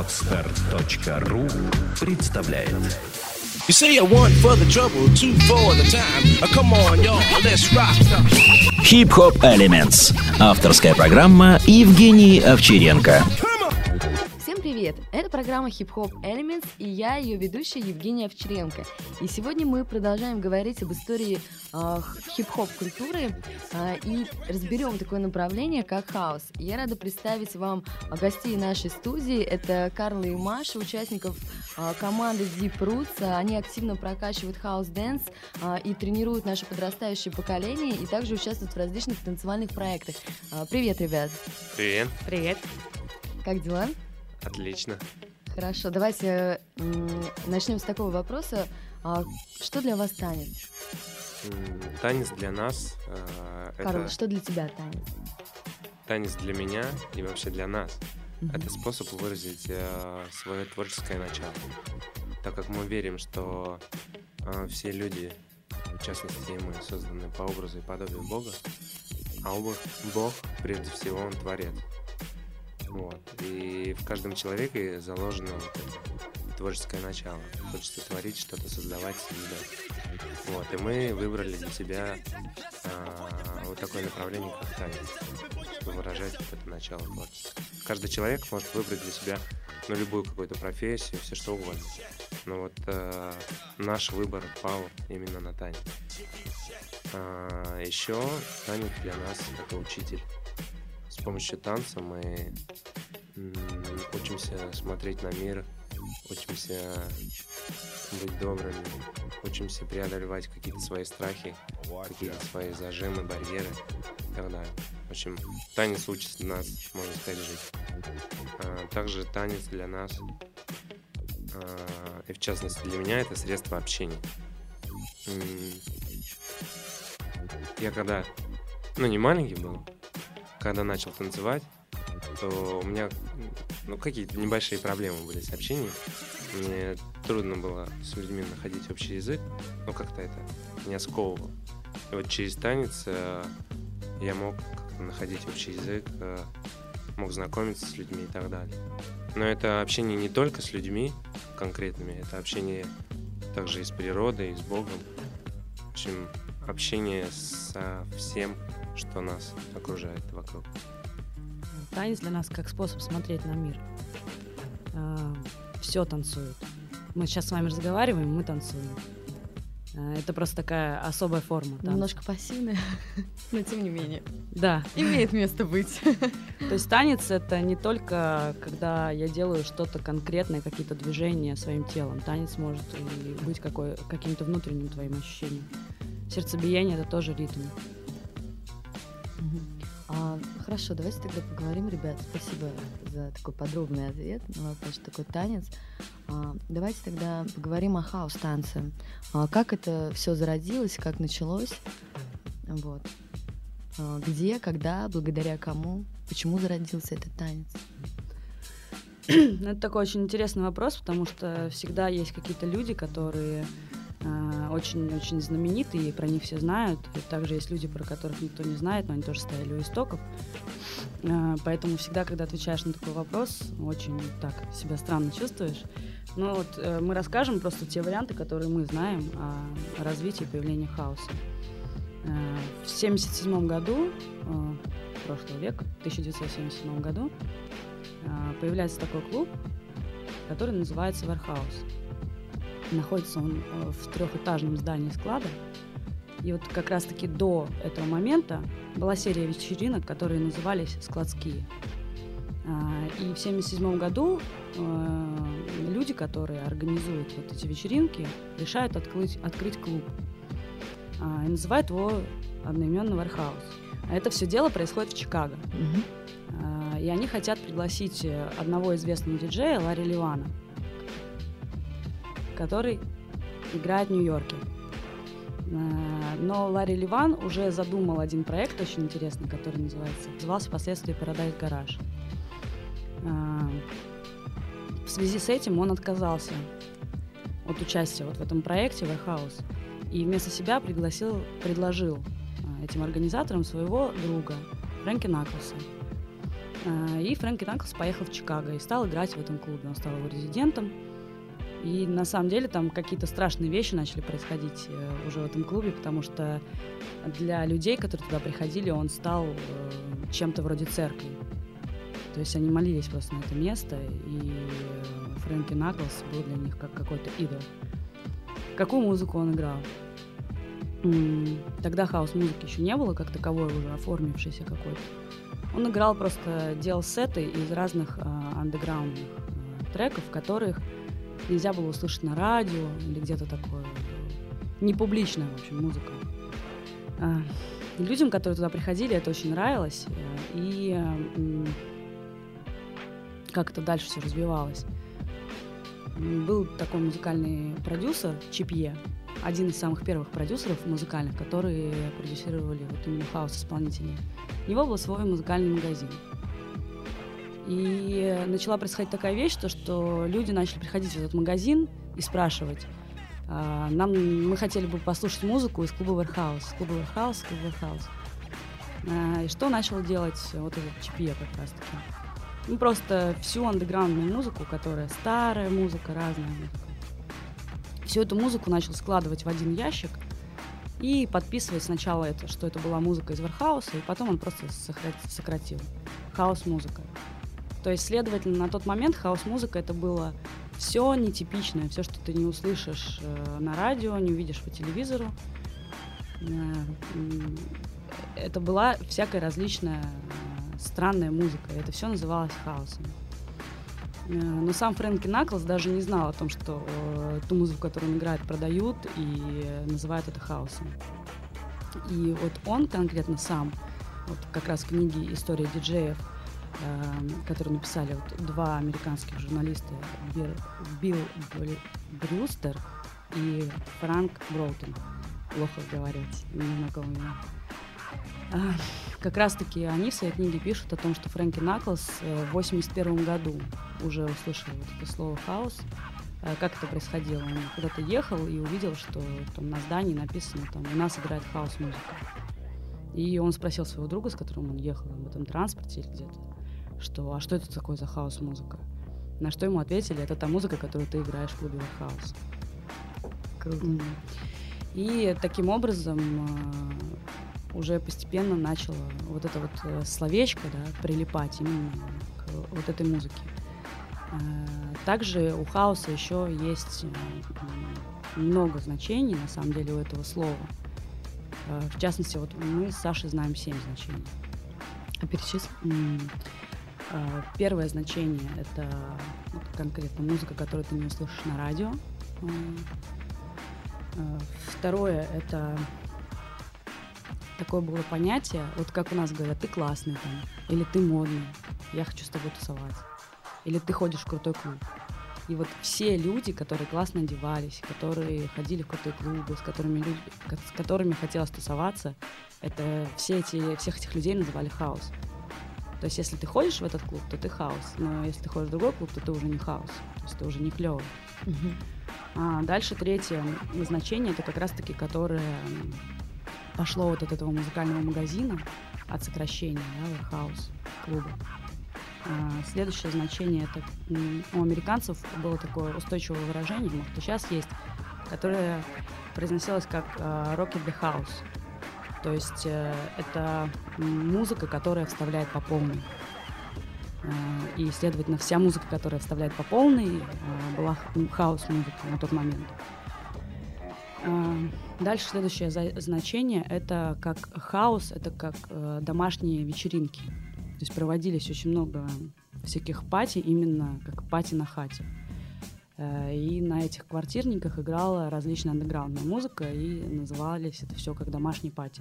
Podster.ru представляет. You say one for the trouble, two for the time. Come on, y'all, let's rock. Hip Hop Elements. Авторская программа Евгений Овчаренко. Всем привет! Это программа Hip Hop Elements, и я ее ведущая Евгения Овчаренко. И сегодня мы продолжаем говорить об истории хип-хоп культуры и разберем такое направление, как хаус. И я рада представить вам гостей нашей студии. Это Карла и Маша, участников команды Deep Roots. Они активно прокачивают хаус-дэнс и тренируют наше подрастающее поколение, и также участвуют в различных танцевальных проектах. Привет, ребят! Привет! Привет! Как дела? Отлично. Хорошо, давайте начнем с такого вопроса. Что для вас танец? Танец для нас Карл, это что для тебя танец? танец для меня и вообще для нас. Это способ выразить свое творческое начало. Так как мы верим, что все люди, в частности мы, созданы по образу и подобию Бога, а Бог, прежде всего, Он творец. Вот. И в каждом человеке заложено вот это творческое начало. Хочется творить, что-то создавать, создавать. Вот. И мы выбрали для себя вот такое направление, как танец, чтобы выражать вот это начало творчества. Каждый человек может выбрать для себя любую какую-то профессию, все что угодно. Но вот наш выбор пал именно на танец. Еще танец для нас — это учитель. С помощью танца мы учимся смотреть на мир, учимся быть добрыми, учимся преодолевать какие-то свои страхи, какие-то свои зажимы, барьеры и так далее. В общем, танец учит нас, можно сказать, жить. Также танец для нас, и в частности для меня, это средство общения. Я когда, не маленький был, когда начал танцевать, то у меня какие-то небольшие проблемы были с общением. Мне трудно было с людьми находить общий язык, но как-то это меня сковывало. И вот через танец я мог как-то находить общий язык, мог знакомиться с людьми и так далее. Но это общение не только с людьми конкретными, это общение также и с природой, и с Богом. В общем, общение со всем, что нас окружает вокруг. Танец для нас как способ смотреть на мир. Все танцуют. Мы сейчас с вами разговариваем, мы танцуем. Это просто такая особая форма танца. Немножко пассивная, но тем не менее. Да. Имеет место быть. То есть танец — это не только когда я делаю что-то конкретное, какие-то движения своим телом. Танец может и быть каким-то внутренним твоим ощущением. Сердцебиение — это тоже ритм. Хорошо, давайте тогда поговорим, ребят. Спасибо за такой подробный ответ на вопрос, что такое танец. Давайте тогда поговорим о хаус-танце. Как это все зародилось, как началось? Вот. Где, когда, благодаря кому, почему зародился этот танец? Это такой очень интересный вопрос, потому что всегда есть какие-то люди, которые очень-очень знаменитые, и про них все знают. И также есть люди, про которых никто не знает, но они тоже стояли у истоков. Поэтому всегда, когда отвечаешь на такой вопрос, очень так себя странно чувствуешь. Но вот мы расскажем просто те варианты, которые мы знаем о развитии и появлении хаоса. В 1977 году, прошлого века, в 1977 году, появляется такой клуб, который называется Warehouse. Находится он в 3-этажном здании склада. И вот как раз-таки до этого момента была серия вечеринок, которые назывались «Складские». И в 1977 году люди, которые организуют вот эти вечеринки, решают открыть клуб. И называют его одноименно Warehouse. А это все дело происходит в Чикаго. И они хотят пригласить одного известного диджея, Ларри Ливана, который играет в Нью-Йорке. Но Ларри Ливан уже задумал один проект очень интересный, который назывался впоследствии Paradise Garage. В связи с этим он отказался от участия в этом проекте Warehouse и вместо себя предложил этим организаторам своего друга Фрэнки Наклса. И Фрэнки Наклз поехал в Чикаго и стал играть в этом клубе. Он стал его резидентом. И на самом деле там какие-то страшные вещи начали происходить уже в этом клубе, потому что для людей, которые туда приходили, он стал чем-то вроде церкви. То есть они молились просто на это место, и Фрэнки Наклз был для них как какой-то идол. Какую музыку он играл? Тогда хаус-музыки еще не было, как таковой уже оформившейся какой-то. Он играл просто, делал сеты из разных андеграундных треков, которых нельзя было услышать на радио или где-то такое. Непубличная, в общем, музыка. Людям, которые туда приходили, это очень нравилось. И как это дальше все развивалось. Был такой музыкальный продюсер Чипье, один из самых первых продюсеров музыкальных, которые продюсировали вот именно хаус-исполнителей. У него был свой музыкальный магазин. И начала происходить такая вещь, что люди начали приходить в этот магазин и спрашивать: мы хотели бы послушать музыку из клуба Warehouse. И что начал делать вот этот Чипье как раз-таки? Просто всю андеграундную музыку, которая старая музыка, разная музыка, всю эту музыку начал складывать в один ящик и подписывать сначала что это была музыка из Warehouse, и потом он просто сократил. Хаус-музыка. То есть, следовательно, на тот момент хаус-музыка — это было все нетипичное, все, что ты не услышишь на радио, не увидишь по телевизору. Это была всякая различная странная музыка, и это все называлось хаосом. Но сам Фрэнки Наклз даже не знал о том, что ту музыку, которую он играет, продают и называют это хаосом. И вот он конкретно сам, вот как раз в книге «История диджеев», которую написали вот два американских журналиста, Билл Брюстер и Франк Броутон. Плохо говорить, незнакомые. Как раз-таки они в своей книге пишут о том, что Фрэнки Наклз в 1981 году уже услышал вот это слово «хаус». Как это происходило? Он куда-то ехал и увидел, что там на здании написано, там, у нас играет хаус-музыка. И он спросил своего друга, с которым он ехал в этом транспорте или где-то, что что это такое за хаус-музыка? На что ему ответили: это та музыка, которую ты играешь в клубе Warehouse. И таким образом уже постепенно начало вот это вот словечко, да, прилипать именно к вот этой музыке. Также у хаоса еще есть много значений, на самом деле, у этого слова. В частности, вот мы с Сашей знаем 7 значений. А перечисли? Первое значение — это конкретно музыка, которую ты не услышишь на радио. Второе — это такое было понятие, вот как у нас говорят: ты классный там, или ты модный, я хочу с тобой тусоваться, или ты ходишь в крутой клуб. И вот все люди, которые классно одевались, которые ходили в крутые клубы, с которыми хотелось тусоваться, это всех этих людей называли хаос. То есть если ты ходишь в этот клуб, то ты хаос, но если ты ходишь в другой клуб, то ты уже не хаос, то есть ты уже не клёвый. Дальше третье значение — это как раз-таки, которое пошло вот от этого музыкального магазина, от сокращения, да, Warehouse клуба. Следующее значение — это у американцев было такое устойчивое выражение, может, и сейчас есть, которое произносилось как «rock in the house». То есть это музыка, которая вставляет по полной. И, следовательно, вся музыка, которая вставляет по полной, была хаос-музыка на тот момент. Дальше следующее значение — это как хаос, это как домашние вечеринки. То есть проводились очень много всяких пати, именно как пати на хате. И на этих квартирниках играла различная андеграундная музыка, и назывались это все как домашний пати.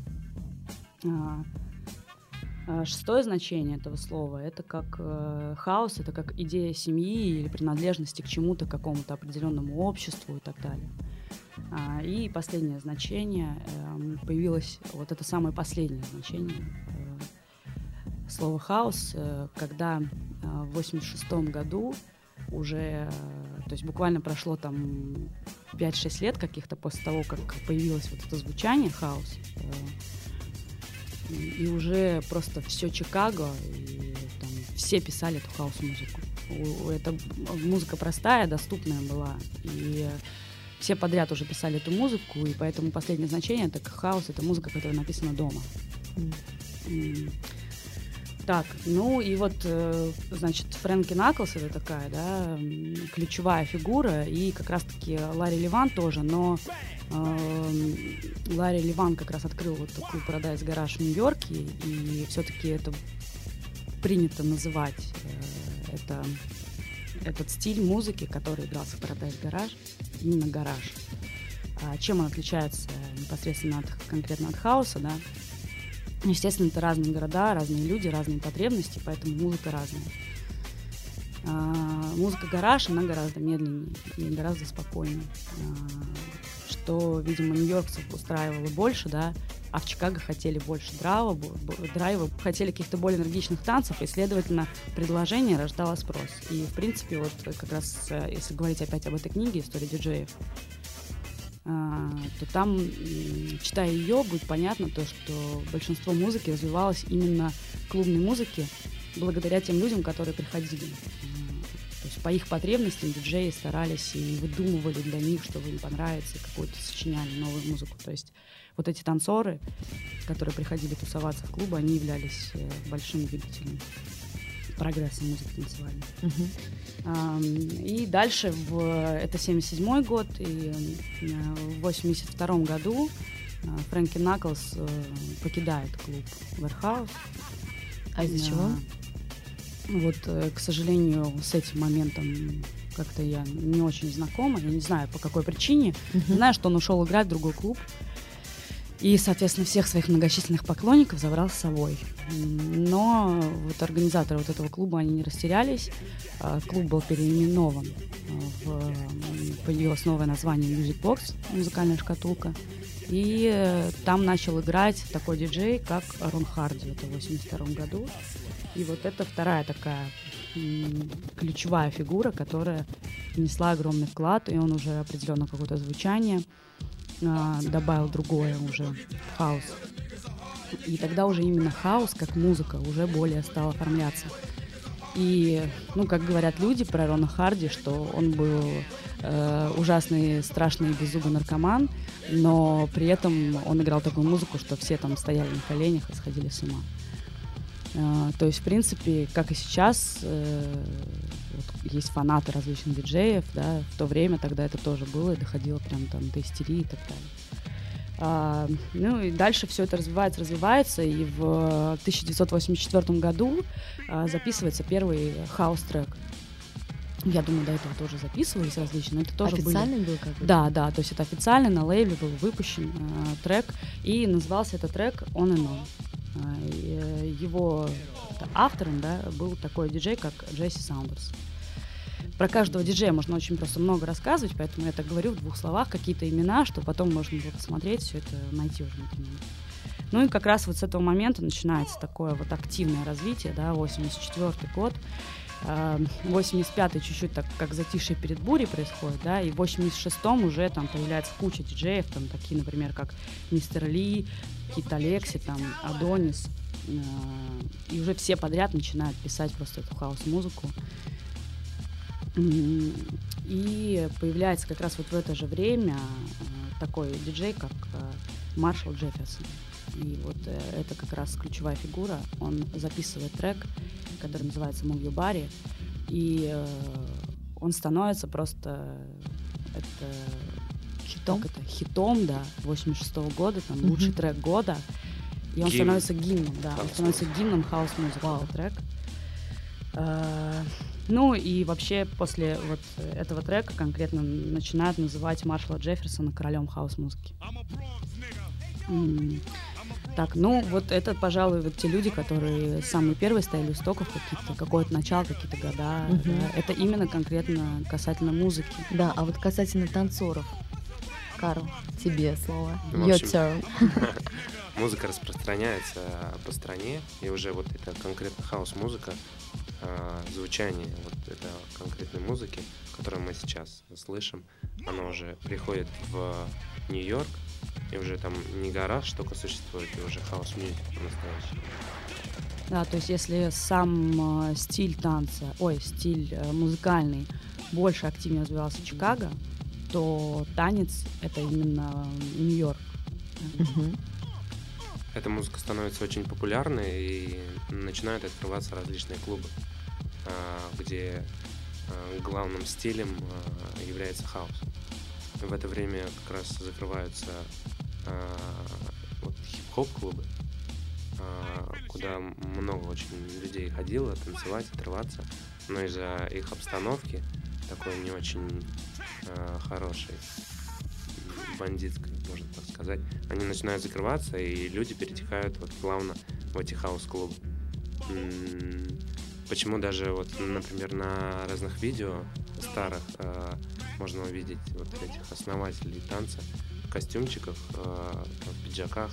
Шестое значение этого слова — это как хаос, это как идея семьи или принадлежности к чему-то, какому-то определенному обществу и так далее. И последнее значение появилось, вот это самое последнее значение слова «хаос», когда в 1986 году уже, то есть буквально прошло там 5-6 лет каких-то после того, как появилось вот это звучание «хаос», и уже просто все Чикаго и там все писали эту хаус-музыку. Эта музыка простая, доступная была, и все подряд уже писали эту музыку, и поэтому последнее значение — это хаус, это музыка, которая написана дома. Так, ну и вот, значит, Фрэнки Наклс — это такая, да, ключевая фигура, и как раз-таки Ларри Леван тоже, но Ларри Леван как раз открыл вот такой Paradise Garage в Нью-Йорке, и все-таки это принято называть этот стиль музыки, который игрался в Paradise Garage, именно гараж. Чем он отличается непосредственно конкретно от хауса, да? Естественно, это разные города, разные люди, разные потребности, поэтому музыка разная. Музыка гараж, она гораздо медленнее и гораздо спокойнее, что, видимо, нью-йоркцев устраивало больше, да, а в Чикаго хотели больше драйва, хотели каких-то более энергичных танцев, и, следовательно, предложение рождало спрос. И, в принципе, вот как раз, если говорить опять об этой книге «История диджеев», то там, читая ее, будет понятно то, что большинство музыки развивалось именно клубной музыке благодаря тем людям, которые приходили. То есть по их потребностям диджеи старались и выдумывали для них, что им понравится, и какую-то сочиняли новую музыку. То есть вот эти танцоры, которые приходили тусоваться в клубы, они являлись большим двигателем прогресса музыки танцевальной. И дальше, это 77-й год, и в 82-м году Фрэнки Наклс покидает клуб Warehouse. А из-за чего? Вот, к сожалению, с этим моментом как-то я не очень знакома, я не знаю, по какой причине. Знаю, что он ушел играть в другой клуб. И, соответственно, всех своих многочисленных поклонников забрал с собой. Но вот организаторы вот этого клуба, они не растерялись. Клуб был переименован. Появилось новое название Music Box, музыкальная шкатулка. И там начал играть такой диджей, как Рон Харди. Это в 82 году. И вот это вторая такая ключевая фигура, которая внесла огромный вклад, и он уже определенно какое-то звучание добавил другое уже, хаус. И тогда уже именно хаус, как музыка, уже более стал оформляться. И, ну, как говорят люди про Рона Харди, что он был ужасный, страшный, беззубый наркоман, но при этом он играл такую музыку, что все там стояли на коленях и сходили с ума. То есть, в принципе, как и сейчас, вот есть фанаты различных диджеев, да, в то время тогда это тоже было и доходило прям там до истерии и так далее. Ну и дальше все это развивается, и в 1984 году записывается первый хаус-трек. Я думаю, до этого тоже записывались различные, но это тоже официальный был как бы? Да, то есть это официально, на лейбле был выпущен трек, и назывался этот трек «On and On». Его автором, да, был такой диджей, как Джесси Саундерс. Про каждого диджея можно очень просто много рассказывать, поэтому я так говорю в двух словах какие-то имена, что потом можно было посмотреть, все это найти уже на интернете. Ну и как раз вот с этого момента начинается такое вот активное развитие, да, 84-й год. 85-й чуть-чуть так, как затишье перед бурей происходит, да, и в 86-м уже там появляется куча диджеев, там такие, например, как Мистер Ли, Кит Алекси, там, Адонис, и уже все подряд начинают писать просто эту хаус-музыку. И появляется как раз вот в это же время такой диджей, как Маршалл Джефферсон. И вот это как раз ключевая фигура. Он записывает трек, который называется «Move Your Body», и он становится просто хитом, да, 86-го года, там, лучший трек года. И он становится гимном, да, он становится гимном хаус-музыки, этот трек. Ну и вообще после вот этого трека конкретно начинают называть Маршалла Джефферсона королем хаус-музыки. Так, ну вот это, пожалуй, вот те люди, которые самые первые стояли у истоков, какое-то начало, какие-то года. Да, это именно конкретно касательно музыки. Да, а вот касательно танцоров. Карл, тебе слово. Ну, Your turn. Музыка распространяется по стране, и уже вот это конкретно хаус-музыка, звучание вот этой конкретной музыки, которую мы сейчас слышим, оно уже приходит в Нью-Йорк, и уже там не гараж только существует, и уже хаус-мьюзик по-настоящему. Да, то есть если сам стиль танца, стиль музыкальный больше активнее развивался в Чикаго, то танец — это именно Нью-Йорк. Эта музыка становится очень популярной, и начинают открываться различные клубы, где главным стилем является хаус. В это время как раз закрываются хип-хоп-клубы, куда много очень людей ходило танцевать, отрываться, но из-за их обстановки, такой не очень хорошей, бандитской, можно так сказать, они начинают закрываться, и люди перетекают плавно в эти хаус-клубы. Почему даже например, на разных видео старых можно увидеть этих основателей танца в костюмчиках, в пиджаках,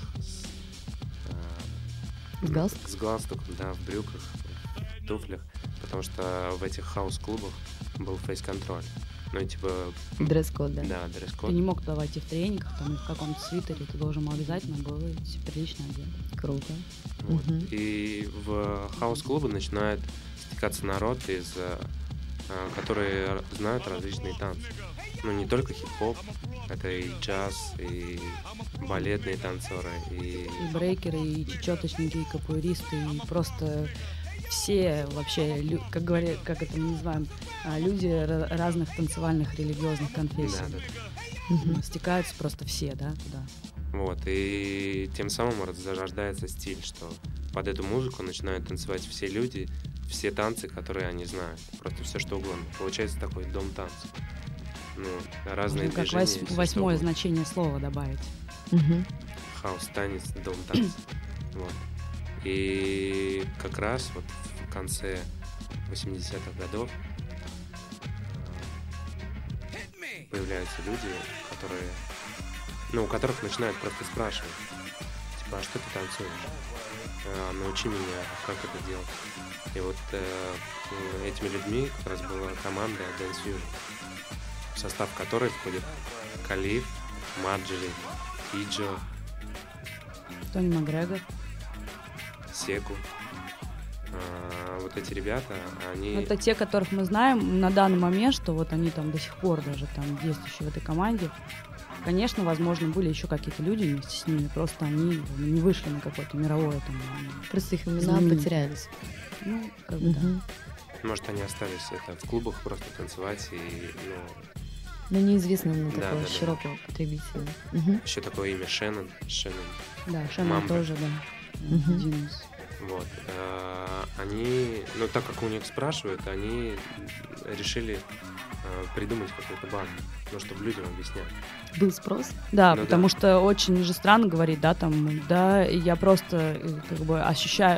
с галстуком, да, в брюках, в туфлях, потому что в этих хаус-клубах был фейс-контроль. Дресс-код, да? Ты Да, дресс-код. не мог туда войти в тренингах, там, в каком-то свитере, ты должен обязательно быть прилично одет. Круто. И в хаус-клубы начинает стекаться народ, которые знают различные танцы. Не только хип-хоп, это и джаз, и балетные танцоры, и брейкеры, и чечеточники, и капуэристы, и просто все вообще, как это мы называем, люди разных танцевальных религиозных конфессий. Да. Стекаются просто все, да, туда. И тем самым зарождается стиль, что под эту музыку начинают танцевать все люди, все танцы, которые они знают, просто все что угодно. Получается такой дом танцев. Разные движения. Как 8-е значение слова добавить. Хаус, танец, дом танцев. И как раз в конце 80-х годов появляются люди, у которых начинают просто спрашивать, а что ты танцуешь? Научи меня, как это делать. И этими людьми как раз была команда Dance Fusion, в состав которой входит Калиф, Марджери, Иджо, Тони Макгрегор, Секу. Эти ребята, они... Это те, которых мы знаем на данный момент, что они там до сих пор даже там действующие в этой команде. Конечно, возможно, были еще какие-то люди вместе с ними, просто они не вышли на какое-то мировое там... Просто их имена потерялись. Да. Может, они остались в клубах просто танцевать и, неизвестно на такого широкого потребителя. Еще такое имя Шеннон. Да, Шеннон тоже, да. Один из... Они, так как у них спрашивают, они решили придумать какую-то базу, чтобы людям объяснять. Был спрос? Да, потому что очень же странно говорить, я просто ощущаю,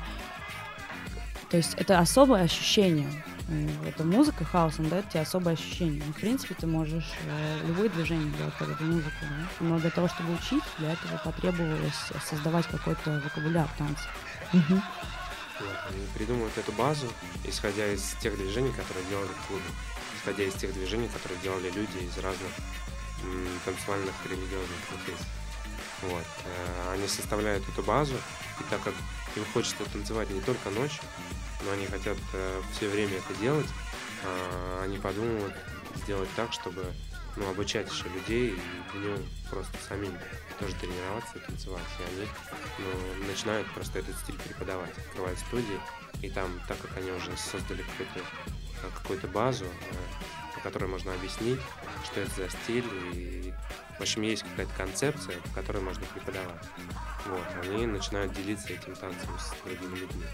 то есть это особое ощущение. Это музыка хаусом дает тебе особое ощущение. В принципе, ты можешь любые движения делать под эту музыку, да? Но для того, чтобы учить, для этого потребовалось создавать какой-то вокабуляр танца. Они придумывают эту базу, исходя из тех движений, которые делали в клубе, исходя из тех движений, которые делали люди из разных танцевальных религиозных конфессий. Они составляют эту базу, и так как им хочется танцевать не только ночью, но они хотят все время это делать, они подумывают сделать так, чтобы обучать еще людей и днем просто самим тоже тренироваться и танцевать. И они начинают просто этот стиль преподавать, открывают студии, и там, так как они уже создали какую-то базу, по которой можно объяснить, что это за стиль, и в общем есть какая-то концепция, по которой можно преподавать. Они начинают делиться этим танцем с другими людьми.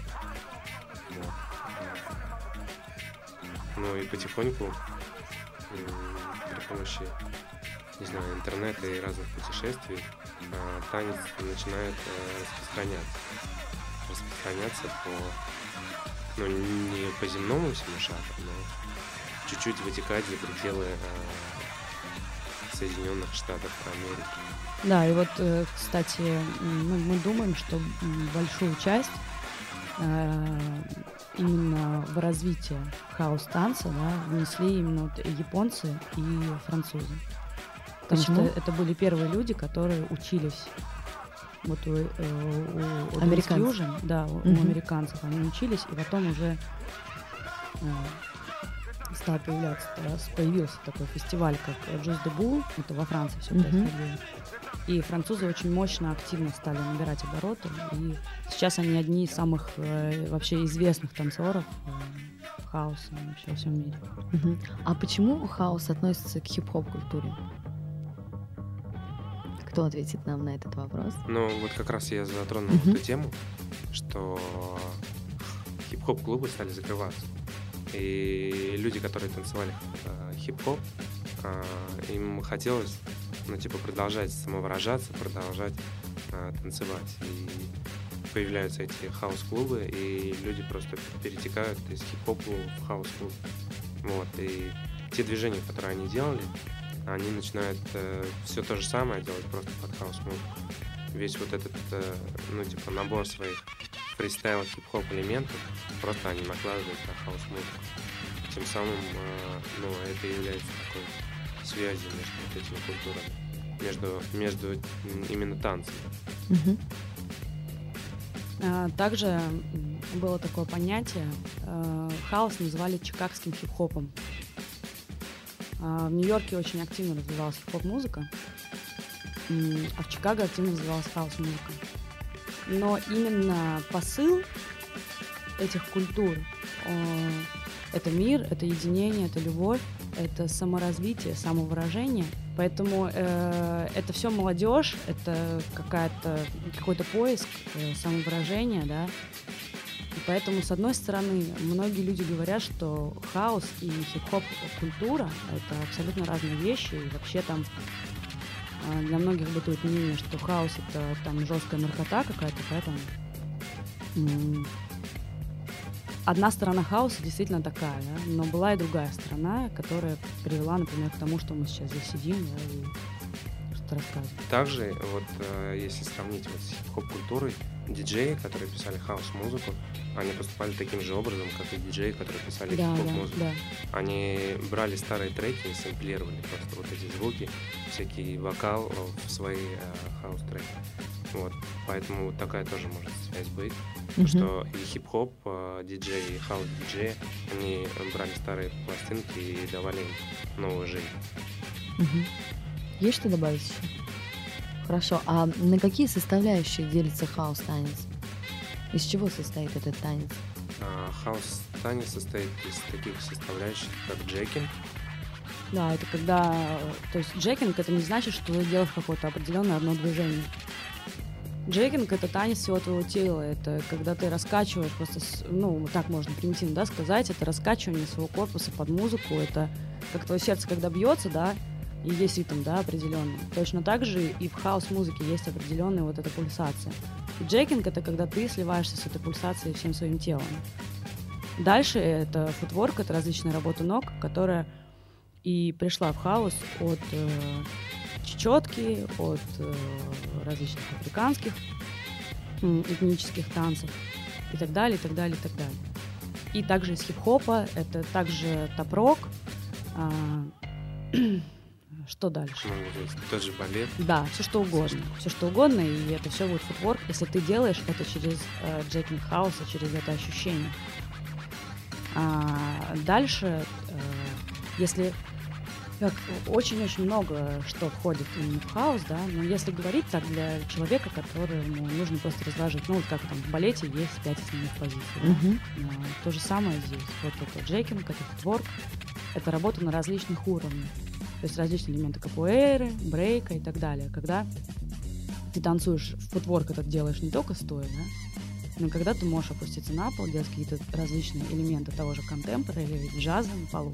И потихоньку при помощи, интернета и разных путешествий танец начинает распространяться по, не по земному всему шагу, но чуть-чуть вытекать за пределы Соединенных Штатов Америки. Да, и кстати, мы думаем, что большую часть именно в развитие хаус-танца внесли именно японцы и французы. Потому что это были первые люди, которые учились вот у Американцев. Fusion, да, у американцев они учились, и потом уже появился такой фестиваль, как Just the Bull, это во Франции все происходило. И французы очень мощно, активно стали набирать обороты, и сейчас они одни из самых вообще известных танцоров хаоса вообще во всем мире. А почему хаос относится к хип-хоп культуре? Кто ответит нам на этот вопрос? Ну, вот как раз я затронул эту тему, что хип-хоп-клубы стали закрываться. И люди, которые танцевали хип-хоп, им хотелось, продолжать самовыражаться, продолжать танцевать. И появляются эти хаус-клубы, и люди просто перетекают из хип-хоп-клуба в хаус-клуб. Вот. И те движения, которые они делали, они начинают все то же самое делать просто под хаус-музыку. Весь вот этот, набор своих фристайл хип-хоп элементов просто они накладывают на хаус-музыку. Тем самым, это является такой связью между вот этими культурами, между именно танцами. Также было такое понятие, хаос называли чикагским хип-хопом. В Нью-Йорке очень активно развивалась хип-хоп-музыка, а в Чикаго активно развивалась хаус-музыка. Но именно посыл этих культур — это мир, это единение, это любовь, это саморазвитие, самовыражение. Поэтому это все молодежь, это какой-то поиск самовыражения, да. И поэтому, с одной стороны, многие люди говорят, что хаос и хип-хоп-культура — это абсолютно разные вещи, и вообще там для многих бытует мнение, что хаос — это там жесткая наркота какая-то, поэтому одна сторона хаоса действительно такая, да? Но была и другая сторона, которая привела, например, к тому, что мы сейчас здесь сидим, да, и что-то рассказываем. Также, если сравнить с хип-хоп-культурой, диджеи, которые писали хаус-музыку, они поступали таким же образом, как и диджеи, которые писали хип-хоп-музыку. Да. Они брали старые треки и сэмплировали просто вот эти звуки, всякий вокал в свои хаус-треки. Вот. Поэтому вот такая тоже может связь быть, что и хип-хоп диджеи, и хаус-диджеи, они брали старые пластинки и давали им новую жизнь. Есть что добавить еще? Хорошо, а на какие составляющие делится хаус-танец? Из чего состоит этот танец? Хаус-танец состоит из таких составляющих, как джекинг. Да, это когда... То есть джекинг — это не значит, что ты делаешь какое-то определенное одно движение. Джекинг — это танец всего твоего тела. Это когда ты раскачиваешь просто... так можно примитивно, да, сказать. Это раскачивание своего корпуса под музыку. Это как твое сердце, когда бьется, да, и есть ритм, да, определенный. Точно так же и в хаус-музыке есть определенная вот эта пульсация. И джекинг — это когда ты сливаешься с этой пульсацией всем своим телом. Дальше это футворк, это различные работы ног, которая и пришла в хаос от чечетки, от различных африканских этнических танцев и так далее, и так далее, и так далее. И также из хип-хопа это также топ-рок. Что дальше? Тот же балет. Да, все что угодно. Все что угодно, и это все будет футворк, если ты делаешь это через джекинг хауса, через это ощущение. Дальше, если очень-очень много что входит именно в хаус, да, но если говорить так для человека, которому нужно просто разложить, как там в балете есть 5 основных позиций. Да? То же самое здесь. Вот это джекинг, это футворк, это работа на различных уровнях. То есть различные элементы капуэйры, брейка и так далее. Когда ты танцуешь в футворк, это делаешь не только стоя, да, но когда ты можешь опуститься на пол, делать какие-то различные элементы того же контемпора или джаза на полу.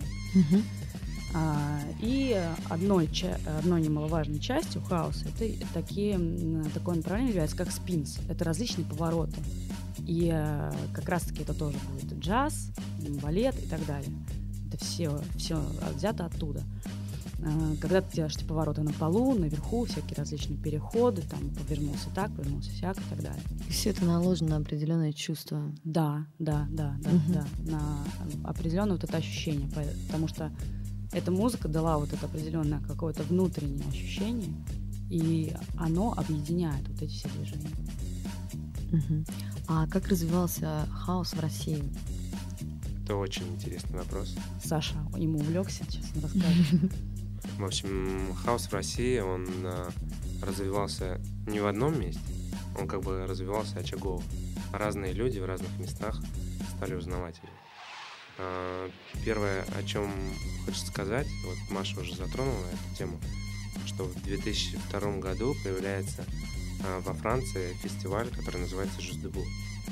И одной немаловажной частью хаоса это такое направление является как спинс. Это различные повороты. И как раз-таки это тоже будет джаз, балет и так далее. Это все взято оттуда. Когда ты делаешь эти повороты на полу, наверху, всякие различные переходы, там повернулся так, повернулся сяк и так далее. И все это наложено на определенное чувство. Да, на определенное вот это ощущение, потому что эта музыка дала вот это определенное какое-то внутреннее ощущение, И оно объединяет вот эти все движения. Мгм. А как развивался хаос в России? Это очень интересный вопрос. Саша ему увлекся, сейчас он расскажет. В общем, хаос в России, он развивался не в одном месте, он как бы развивался очагово. Разные люди в разных местах стали узнавать его. Первое, о чем хочется сказать, вот Маша уже затронула эту тему, что в 2002 году появляется во Франции фестиваль, который называется «Juste Debout».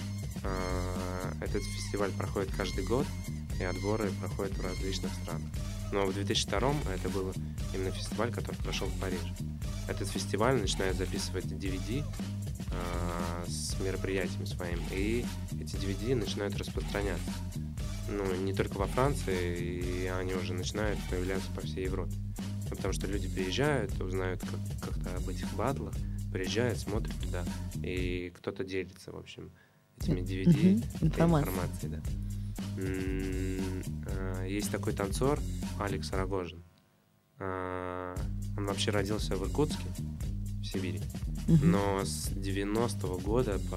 Этот фестиваль проходит каждый год, и отборы проходят в различных странах. Но в 2002 это был именно фестиваль, который прошел в Париже. Этот фестиваль начинает записывать DVD с мероприятием своим, и эти DVD начинают распространяться. Ну, не только во Франции, и они уже начинают появляться по всей Европе. Ну, потому что люди приезжают, узнают как-то об этих батлах, приезжают, смотрят туда, и кто-то делится, в общем, этими DVD, информацией, да. Есть такой танцор Алекс Рогожин. Он вообще родился в Иркутске, в Сибири, но с 90-го года по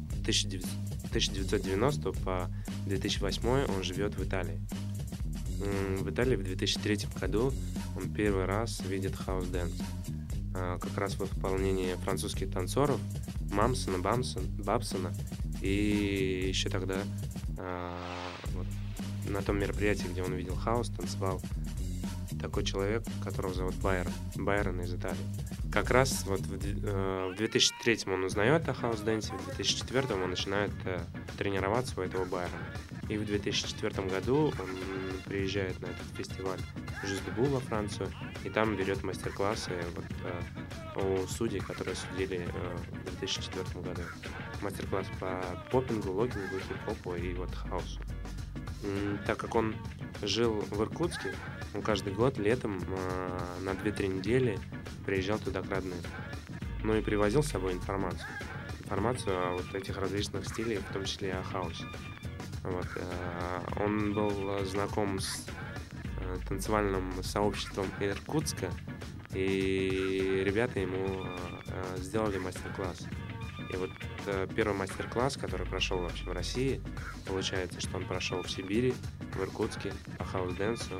1990 по 2008 он живет в Италии. В Италии в 2003 году он первый раз видит хаус-дэнс. Как раз в исполнении французских танцоров Мамсона, Бабсона. И еще тогда вот, на том мероприятии, где он видел хаус, танцевал такой человек, которого зовут Байрон из Италии. Как раз вот в 2003 он узнает о хаус-дэнсе, в 2004 он начинает тренироваться у этого Байрона. И в 2004 году он приезжает на этот фестиваль Juste Debout во Францию, и там берет мастер-классы вот, у судей, которые судили в 2004 году. Мастер-класс по поппингу, локингу, хип-хопу и вот хаусу. Так как он жил в Иркутске, он каждый год летом на 2-3 недели приезжал туда к родным. Ну и привозил с собой информацию о вот этих различных стилях, в том числе и о хаосе. Вот. Он был знаком с танцевальным сообществом Иркутска, и ребята ему сделали мастер-класс. И вот первый мастер-класс, который прошел вообще в России, получается, что он прошел в Сибири, в Иркутске по хаус-дэнсу.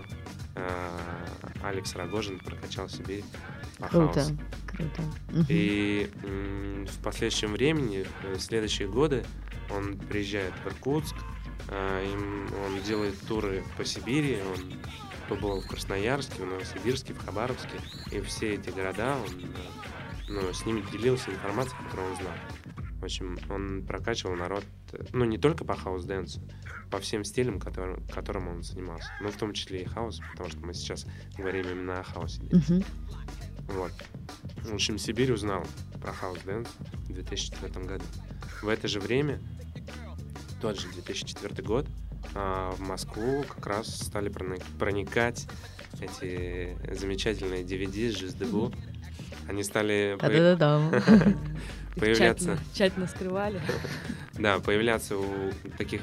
Алекс Рогожин прокачал Сибирь по хаусу. Круто. И в последующем времени, в следующие годы, он приезжает в Иркутск, он делает туры по Сибири, он побывал в Красноярске, в Новосибирске, в Хабаровске, и все эти города он с ними делился информацией, которую он знал. В общем, он прокачивал народ, не только по хаус-дэнсу, по всем стилям, которым он занимался. Ну, в том числе и хаус, потому что мы сейчас говорим именно о хаосе. Вот. В общем, Сибирь узнал про хаус-дэнс в 2004 году. В это же время, тот же 2004 год, в Москву как раз стали проникать эти замечательные DVD с Juste Debout. Они стали появляться... Тщательно скрывали. Да, появляться у таких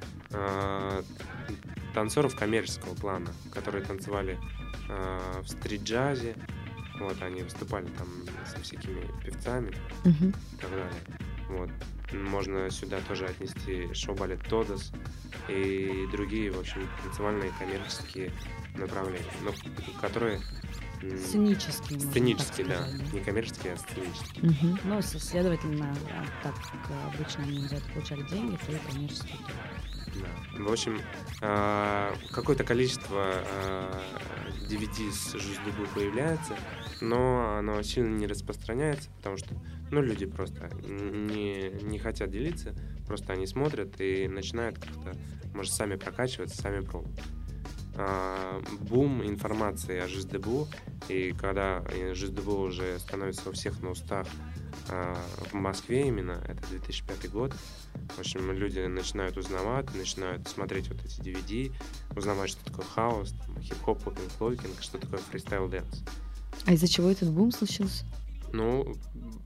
танцоров коммерческого плана, которые танцевали в стрит-джазе. Вот, они выступали там со всякими певцами и так далее. Вот. Можно сюда тоже отнести шоу-балет Тодос и другие, в общем, танцевальные коммерческие направления, но которые... Сценические, да. Не коммерческие, а сценические. Ну, следовательно, так как обычно они за это получали деньги, то и коммерческие. Да. В общем, какое-то количество DVD с Juste Debout появляется, но оно сильно не распространяется, потому что люди просто не хотят делиться, просто они смотрят и начинают как-то, может, сами прокачиваться, сами пробовать. Бум информации о Juste Debout, и когда Juste Debout уже становится у всех на устах в Москве именно, это 2005 год, в общем, люди начинают узнавать, начинают смотреть вот эти DVD, узнавать, что такое хаос, хип-хоп, поппинг, локинг, что такое фристайл-дэнс. А из-за чего этот бум случился?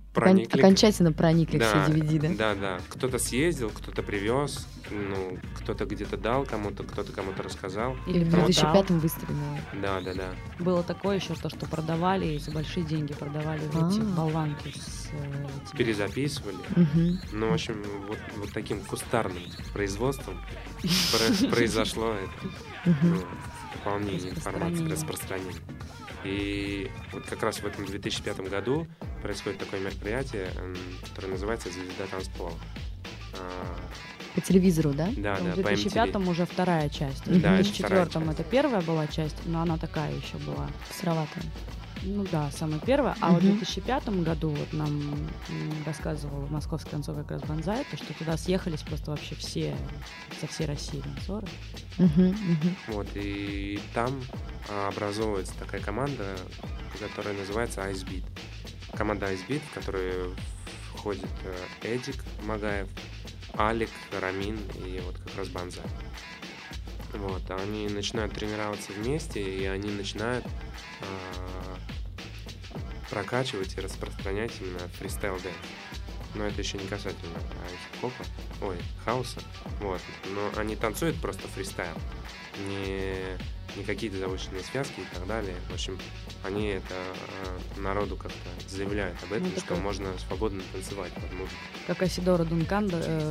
проникли. Окончательно проникли к Да, все DVD, да? Да. Кто-то съездил, кто-то привез, кто-то где-то дал кому-то, кто-то кому-то рассказал. Или в Ну, 2005-м выстрелило. Да. Было такое еще, то, что продавали, и за большие деньги продавали эти болванки с этими. Перезаписывали. Мгм. Ну, в общем, вот таким кустарным производством произошло это пополнение информации, распространение. И вот как раз в этом 2005 году происходит такое мероприятие, которое называется «Звезда танцпола». По телевизору, да? Да, В по 2005-м уже вторая часть. В Да, это 2004-м вторая это первая была часть, но она такая еще была. Сыроватая. Ну да, самая первая. А вот в Мгм. 2005 году вот нам рассказывал московский танцор как раз Банзай, то, что туда съехались просто вообще все, со всей России танцоры. Вот, и там образовывается такая команда, которая называется Ice Beat. Команда Ice Beat, в которую входит Эдик Магаев, Алик, Рамин и вот как раз Банзай. Вот, они начинают тренироваться вместе, и они начинают прокачивать и распространять именно фристайл-дэнс. Но это еще не касательно хип-хопа, хауса. Вот. Но они танцуют просто фристайл. Не какие-то заученные связки и так далее. В общем, они это народу как-то заявляют об этом, что можно свободно танцевать под музыку. Как Асидора Дункан,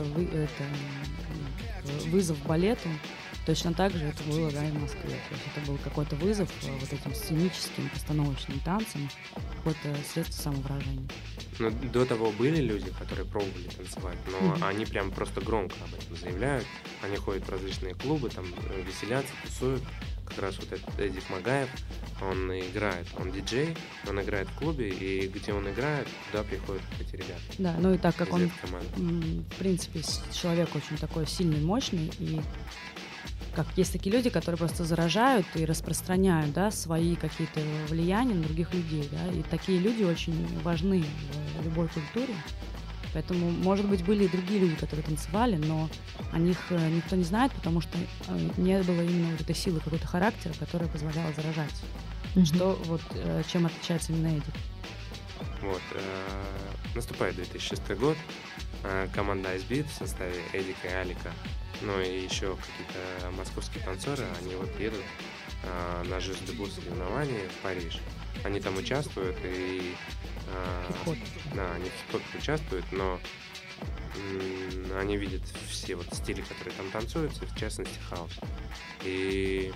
вызов балету. Точно так же это было, да, и в Москве. То есть это был какой-то вызов вот этим сценическим, постановочным танцам, какое-то средство самовыражения. Но до того были люди, которые пробовали танцевать, но они прям просто громко об этом заявляют. Они ходят в различные клубы, там веселятся, тусуют. Как раз вот этот Эдик Магаев, он играет, он диджей, он играет в клубе, и где он играет, туда приходят эти ребята. Да, ну и так как из он, этой команды. в принципе, человек очень такой сильный, мощный, и как есть такие люди, которые просто заражают и распространяют, да, свои какие-то влияния на других людей, да, и такие люди очень важны в любой культуре. Поэтому, может быть, были и другие люди, которые танцевали, но о них никто не знает, потому что не было именно вот этой силы, какой-то характера, которая позволяла заражать. Что вот чем отличается именно Эдик? Вот, наступает 2006 год, команда Ice Beat в составе Эдика и Алика, ну и еще какие-то московские танцоры, они вот едут на Жюз-де-Бу соревнования в Париж. Они там участвуют, и да, они в хип-хопе участвуют, но они видят все вот стили, которые там танцуются, в частности хаус. И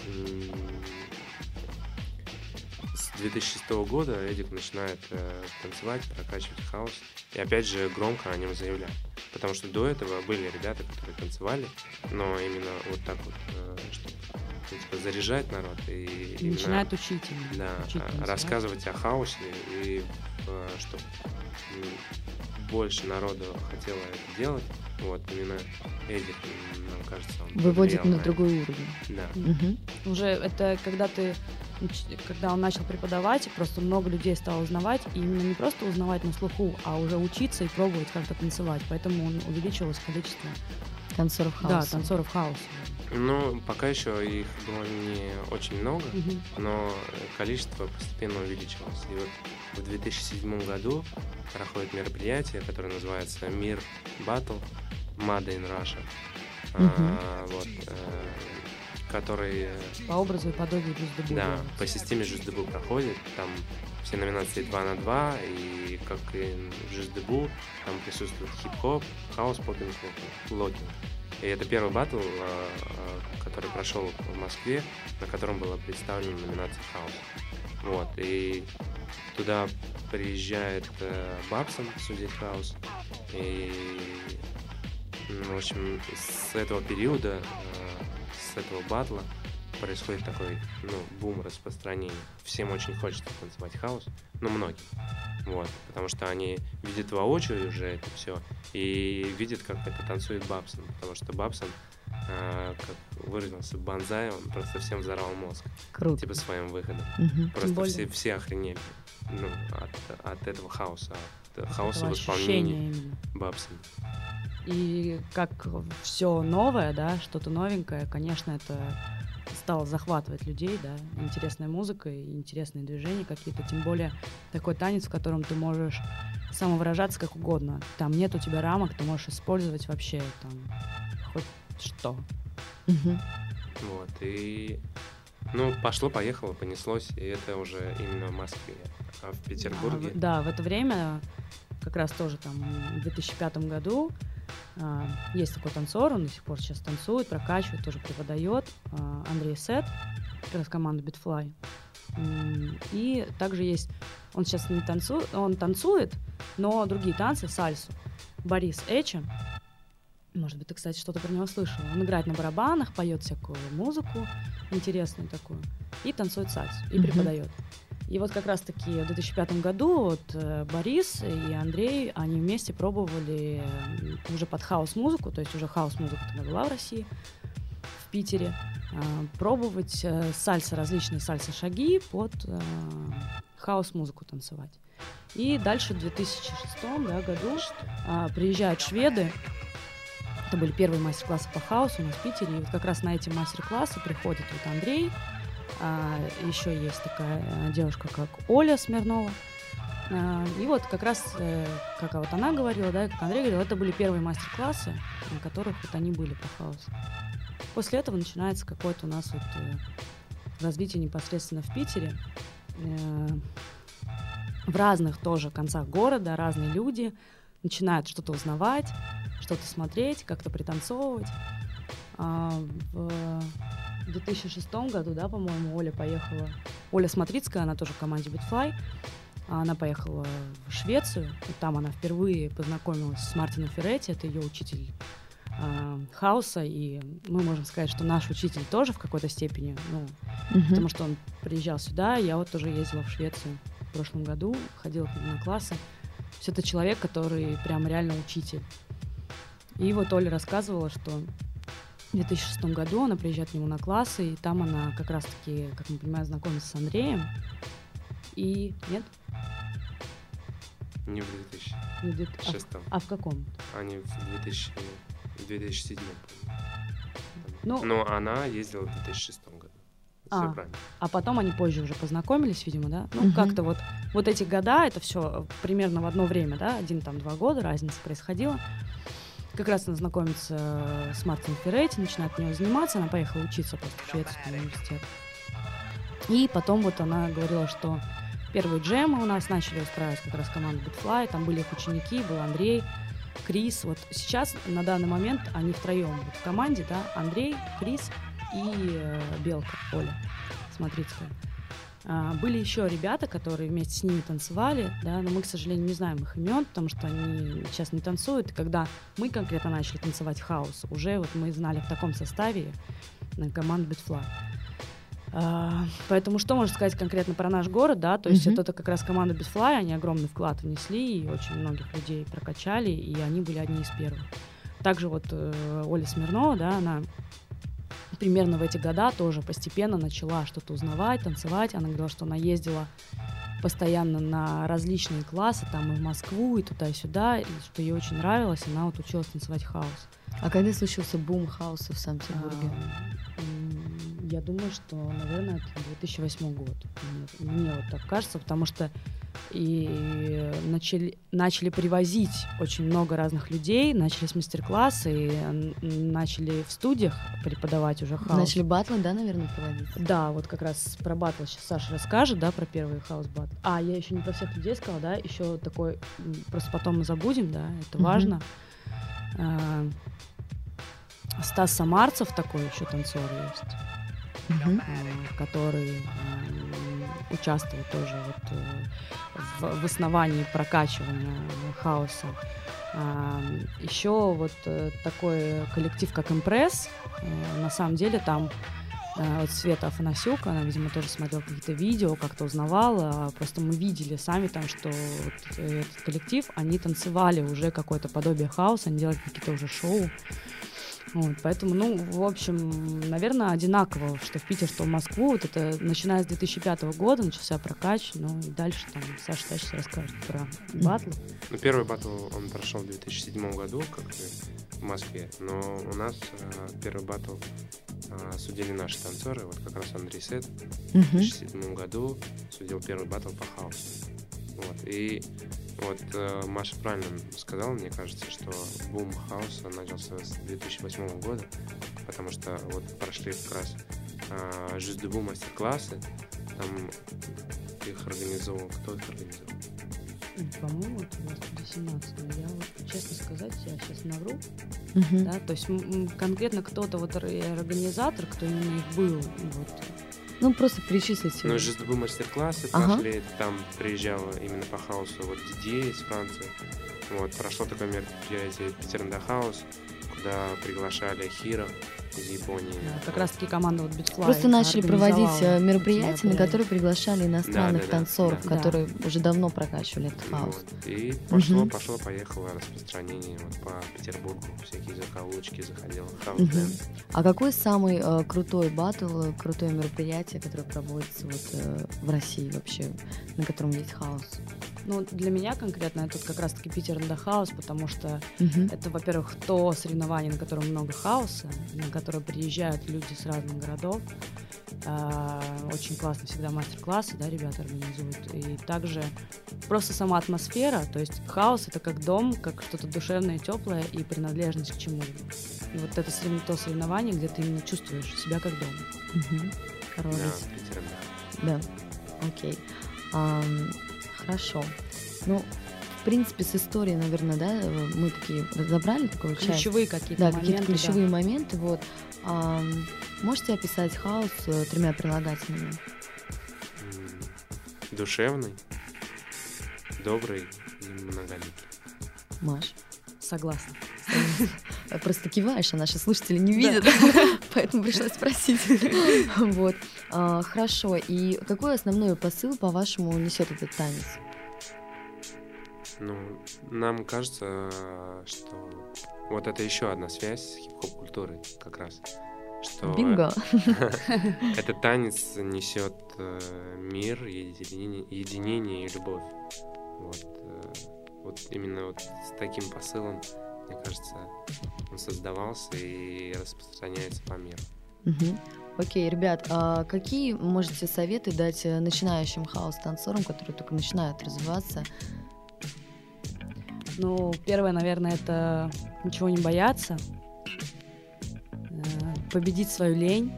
с 2006 года Эдик начинает танцевать, прокачивать хаус. И опять же громко о нем заявляют. Потому что до этого были ребята, которые танцевали, но именно вот так вот, чтобы заряжать народ и начинает учить. Да, рассказывать о хаосе, и чтобы больше народу хотело это делать. Вот именно Эдик, нам кажется, он выводит на другой уровень. Да. Уже это когда он начал преподавать, просто много людей стало узнавать, и именно не просто узнавать на слуху, а уже учиться и пробовать как-то танцевать. Поэтому увеличилось количество танцоров хаоса. Да, танцоров хаоса. Ну, пока еще их было не очень много, но количество постепенно увеличивалось. И вот в 2007 году проходит мероприятие, которое называется Мир Battle Made in Russia, который по образу и подобию Жюз-де-Бу. Да, по системе Жюз-де-Бу проходит. Там все номинации 2 на 2, и как и в Жюз-де-Бу, там присутствует хип-хоп, хаус, поппинг, локинг. И это первый баттл, который прошел в Москве, на котором была представлена номинация хаус. Вот, и туда приезжает Бабсон судить хаус. И, в общем, с этого периода, с этого батла происходит такой, бум распространения. Всем очень хочется танцевать хаус, многим. Вот, потому что они видят воочию уже это все и видят, как это танцует Бабсон. Потому что Бабсон, как выразился Банзай, он просто всем взорвал мозг. Круто. Типа своим выходом. Просто все охренели от этого хаоса, от хаоса в исполнении Бабсона. И как все новое, да, что-то новенькое, конечно, это стало захватывать людей, да, интересная музыка и интересные движения какие-то, тем более такой танец, в котором ты можешь самовыражаться как угодно. Там нет у тебя рамок, ты можешь использовать вообще там хоть что. Вот, и пошло-поехало, понеслось, и это уже именно в Москве. А в Петербурге... Да, в это время, как раз тоже там в 2005 году, есть такой танцор, он до сих пор сейчас танцует, прокачивает, тоже преподает, Андрей Сет, как раз команда Beatfly. И также есть, он сейчас не танцует, он танцует, но другие танцы, сальсу. Борис Эча, может быть, ты, кстати, что-то про него слышала. Он играет на барабанах, поет всякую музыку интересную такую, и танцует сальсу, и преподает. И вот как раз-таки в 2005 году вот Борис и Андрей, они вместе пробовали уже под хаус-музыку, то есть уже хаус-музыка тогда была в России, в Питере, пробовать сальсы, различные сальсы-шаги под хаус-музыку танцевать. И дальше в 2006 году приезжают шведы. Это были первые мастер-классы по хаосу у нас в Питере. И вот как раз на эти мастер-классы приходит вот Андрей. Еще есть такая девушка, как Оля Смирнова. И вот как раз, как вот она говорила, да, и как Андрей говорил, это были первые мастер-классы, на которых вот они были по хаосу. После этого начинается какое-то у нас вот развитие непосредственно в Питере. В разных тоже концах города разные люди начинают что-то узнавать, что-то смотреть, как-то пританцовывать. В 2006 году, да, по-моему, Оля поехала. Оля Смотрицкая, она тоже в команде Beatfly. Она поехала в Швецию. И там она впервые познакомилась с Мартином Ферретти. Это ее учитель хаоса. И мы можем сказать, что наш учитель тоже в какой-то степени. Потому что он приезжал сюда. Я вот тоже ездила в Швецию в прошлом году. Ходила к нему на классы. То есть это человек, который прям реально учитель. И вот Оля рассказывала, что в 2006 году она приезжает к нему на классы, и там она как раз-таки, как мы понимаем, знакомится с Андреем. И... Нет? Не в 2006. А в каком? Они в 2007. Ну, но она ездила в 2006 году. Все правильно. А потом они позже уже познакомились, видимо, да? Ну, как-то вот эти года, это все примерно в одно время, да? 1-2 года разница происходила. Как раз она знакомится с Мартином Ферретти, начинает от него заниматься, она поехала учиться просто в Швецию, в университет. И потом вот она говорила, что первые джемы у нас начали устраивать как раз команда Beatfly, там были их ученики, был Андрей, Крис. Вот сейчас, на данный момент, они втроем вот в команде, да, Андрей, Крис и Белка, Оля Смотрицкая. Были еще ребята, которые вместе с ними танцевали, да, но мы, к сожалению, не знаем их имен, потому что они сейчас не танцуют. И когда мы конкретно начали танцевать хаос, уже вот мы знали в таком составе команду Beatfly. Поэтому что можно сказать конкретно про наш город, да, то есть это как раз команда Beatfly, они огромный вклад внесли, и очень многих людей прокачали, и они были одни из первых. Также вот Оля Смирнова, да, она примерно в эти года тоже постепенно начала что-то узнавать, танцевать. Она говорила, что она ездила постоянно на различные классы, там и в Москву, и туда, и сюда, и что ей очень нравилось, она вот училась танцевать хаос. А когда случился бум хаоса в Санкт-Петербурге? Я думаю, что, наверное, это 2008 год. Мне вот так кажется, потому что и начали привозить очень много разных людей, начались мастер-классы, и начали в студиях преподавать уже хаос. Начали батлы, да, наверное, проводить? Да, вот как раз про батлы сейчас Саша расскажет, да, про первый хаус-батл. Я еще не про всех людей сказала, да, еще такой, просто потом мы забудем, да, это важно. Стас Самарцев такой еще танцор есть. Который участвовал тоже вот в основании прокачивания хаоса. Еще вот такой коллектив, как «Импресс», на самом деле там вот Света Афанасюк, она, видимо, тоже смотрела какие-то видео, как-то узнавала, просто мы видели сами там, что вот этот коллектив, они танцевали уже какое-то подобие хаоса, они делали какие-то уже шоу. Вот, поэтому, ну, в общем, наверное, одинаково, что в Питер, что в Москву. Вот это, начиная с 2005 года, начался прокач, ну, и дальше там Саша дальше расскажет про батл. Ну, первый батл, он прошел в 2007 году, как и в Москве, но у нас первый батл судили наши танцоры, вот как раз Андрей Сет в 2007 году судил первый батл по хаосу. Вот. И вот Маша правильно сказала, мне кажется, что бум хауса начался с 2008 года, потому что вот прошли как раз Juste Debout мастер-классы, там их организовал, кто их организовал? По-моему, это у нас 2017. Я вот, честно сказать, я сейчас навру. Да, то есть конкретно кто-то вот организатор, кто именно их был, вот. Ну, просто перечислить. Ну, Juste Debout мастер-классы прошли, там приезжал именно по хаусу вот Дидье из Франции. Вот, прошло такое мероприятие Питер and the House, куда приглашали Хиро из Японии. Да, как раз-таки команда вот Beatfly Просто начали проводить мероприятия, на которые приглашали иностранных танцоров, которые уже давно прокачивали этот хаус. Вот. И пошло-поехало распространение вот по Петербургу, всякие закоулочки заходило, хаус-дэнс. А какой самый крутой баттл, крутое мероприятие, которое проводится вот в России вообще, на котором есть хаус? Ну, для меня конкретно это как раз-таки Питер and the House, потому что это, во-первых, то соревнование, на котором много хаоса, на которое приезжают люди с разных городов. Очень классно всегда мастер-классы, да, ребята организуют. И также просто сама атмосфера, то есть хаос — это как дом, как что-то душевное, теплое и принадлежность к чему-либо. И вот это то соревнование, где ты именно чувствуешь себя как дома. Хорошо. Да, окей. Хорошо. Ну, в принципе, с историей, наверное, да, мы такие разобрали такую часть. Ключевые какие-то моменты. Какие-то ключевые моменты. Вот. Можете описать хаус 3 прилагательными? Душевный, добрый и многоликий. Маш? Согласна. Просто киваешь, а наши слушатели не видят, поэтому пришлось спросить. Вот. Хорошо. И какой основной посыл, по-вашему, несет этот танец? Ну, нам кажется, что вот это еще одна связь с хип-хоп культурой как раз. Что Бинго! Этот танец несет мир, единение и любовь. Вот именно вот с таким посылом, мне кажется, он создавался и распространяется по миру. Окей, ребят, а какие можете советы дать начинающим хаус-танцорам, которые только начинают развиваться? Ну, первое, наверное, это ничего не бояться, победить свою лень,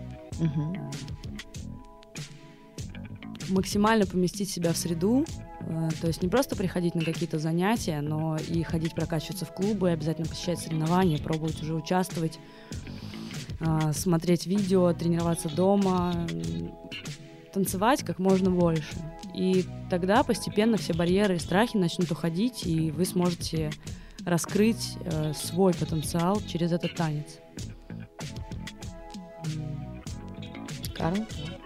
максимально поместить себя в среду, то есть не просто приходить на какие-то занятия, но и ходить прокачиваться в клубы, обязательно посещать соревнования, пробовать уже участвовать, смотреть видео, тренироваться дома, танцевать как можно больше. И тогда постепенно все барьеры и страхи начнут уходить, и вы сможете раскрыть свой потенциал через этот танец. Карл?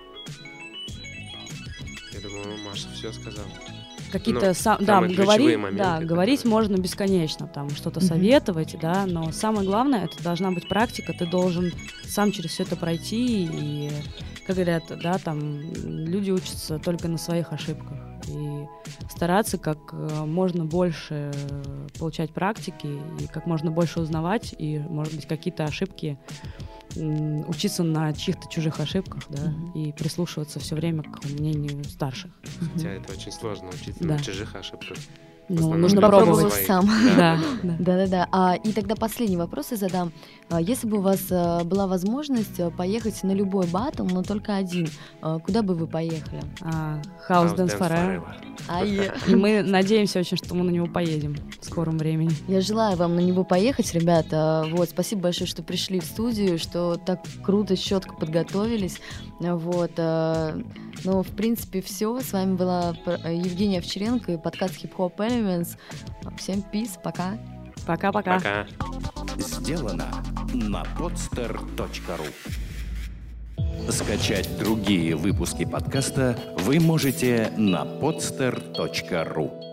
Я думаю, Маша все сказала. Какие-то говорить можно бесконечно, там что-то советовать, да, но самое главное, это должна быть практика, ты должен сам через все это пройти, и, как говорят, да, там люди учатся только на своих ошибках, и стараться как можно больше получать практики, и как можно больше узнавать, и, может быть, какие-то ошибки учиться на чьих-то чужих ошибках, да, и прислушиваться все время к мнению старших. Хотя это очень сложно учиться на чужих ошибках. Ну, нужно попробовать сам. Да. И тогда последний вопрос я задам. Если бы у вас была возможность поехать на любой баттл, но только один, куда бы вы поехали? House Dance Forever. И мы надеемся очень, что мы на него поедем в скором времени. Я желаю вам на него поехать, ребята. Вот, спасибо большое, что пришли в студию, что так круто, четко подготовились. Вот. Ну, в принципе, все. С вами была Евгения Овчаренко и подкаст Hip Hop Elements. Всем peace, пока. Пока-пока. Пока. Сделано на podster.ru. Скачать другие выпуски подкаста вы можете на podster.ru.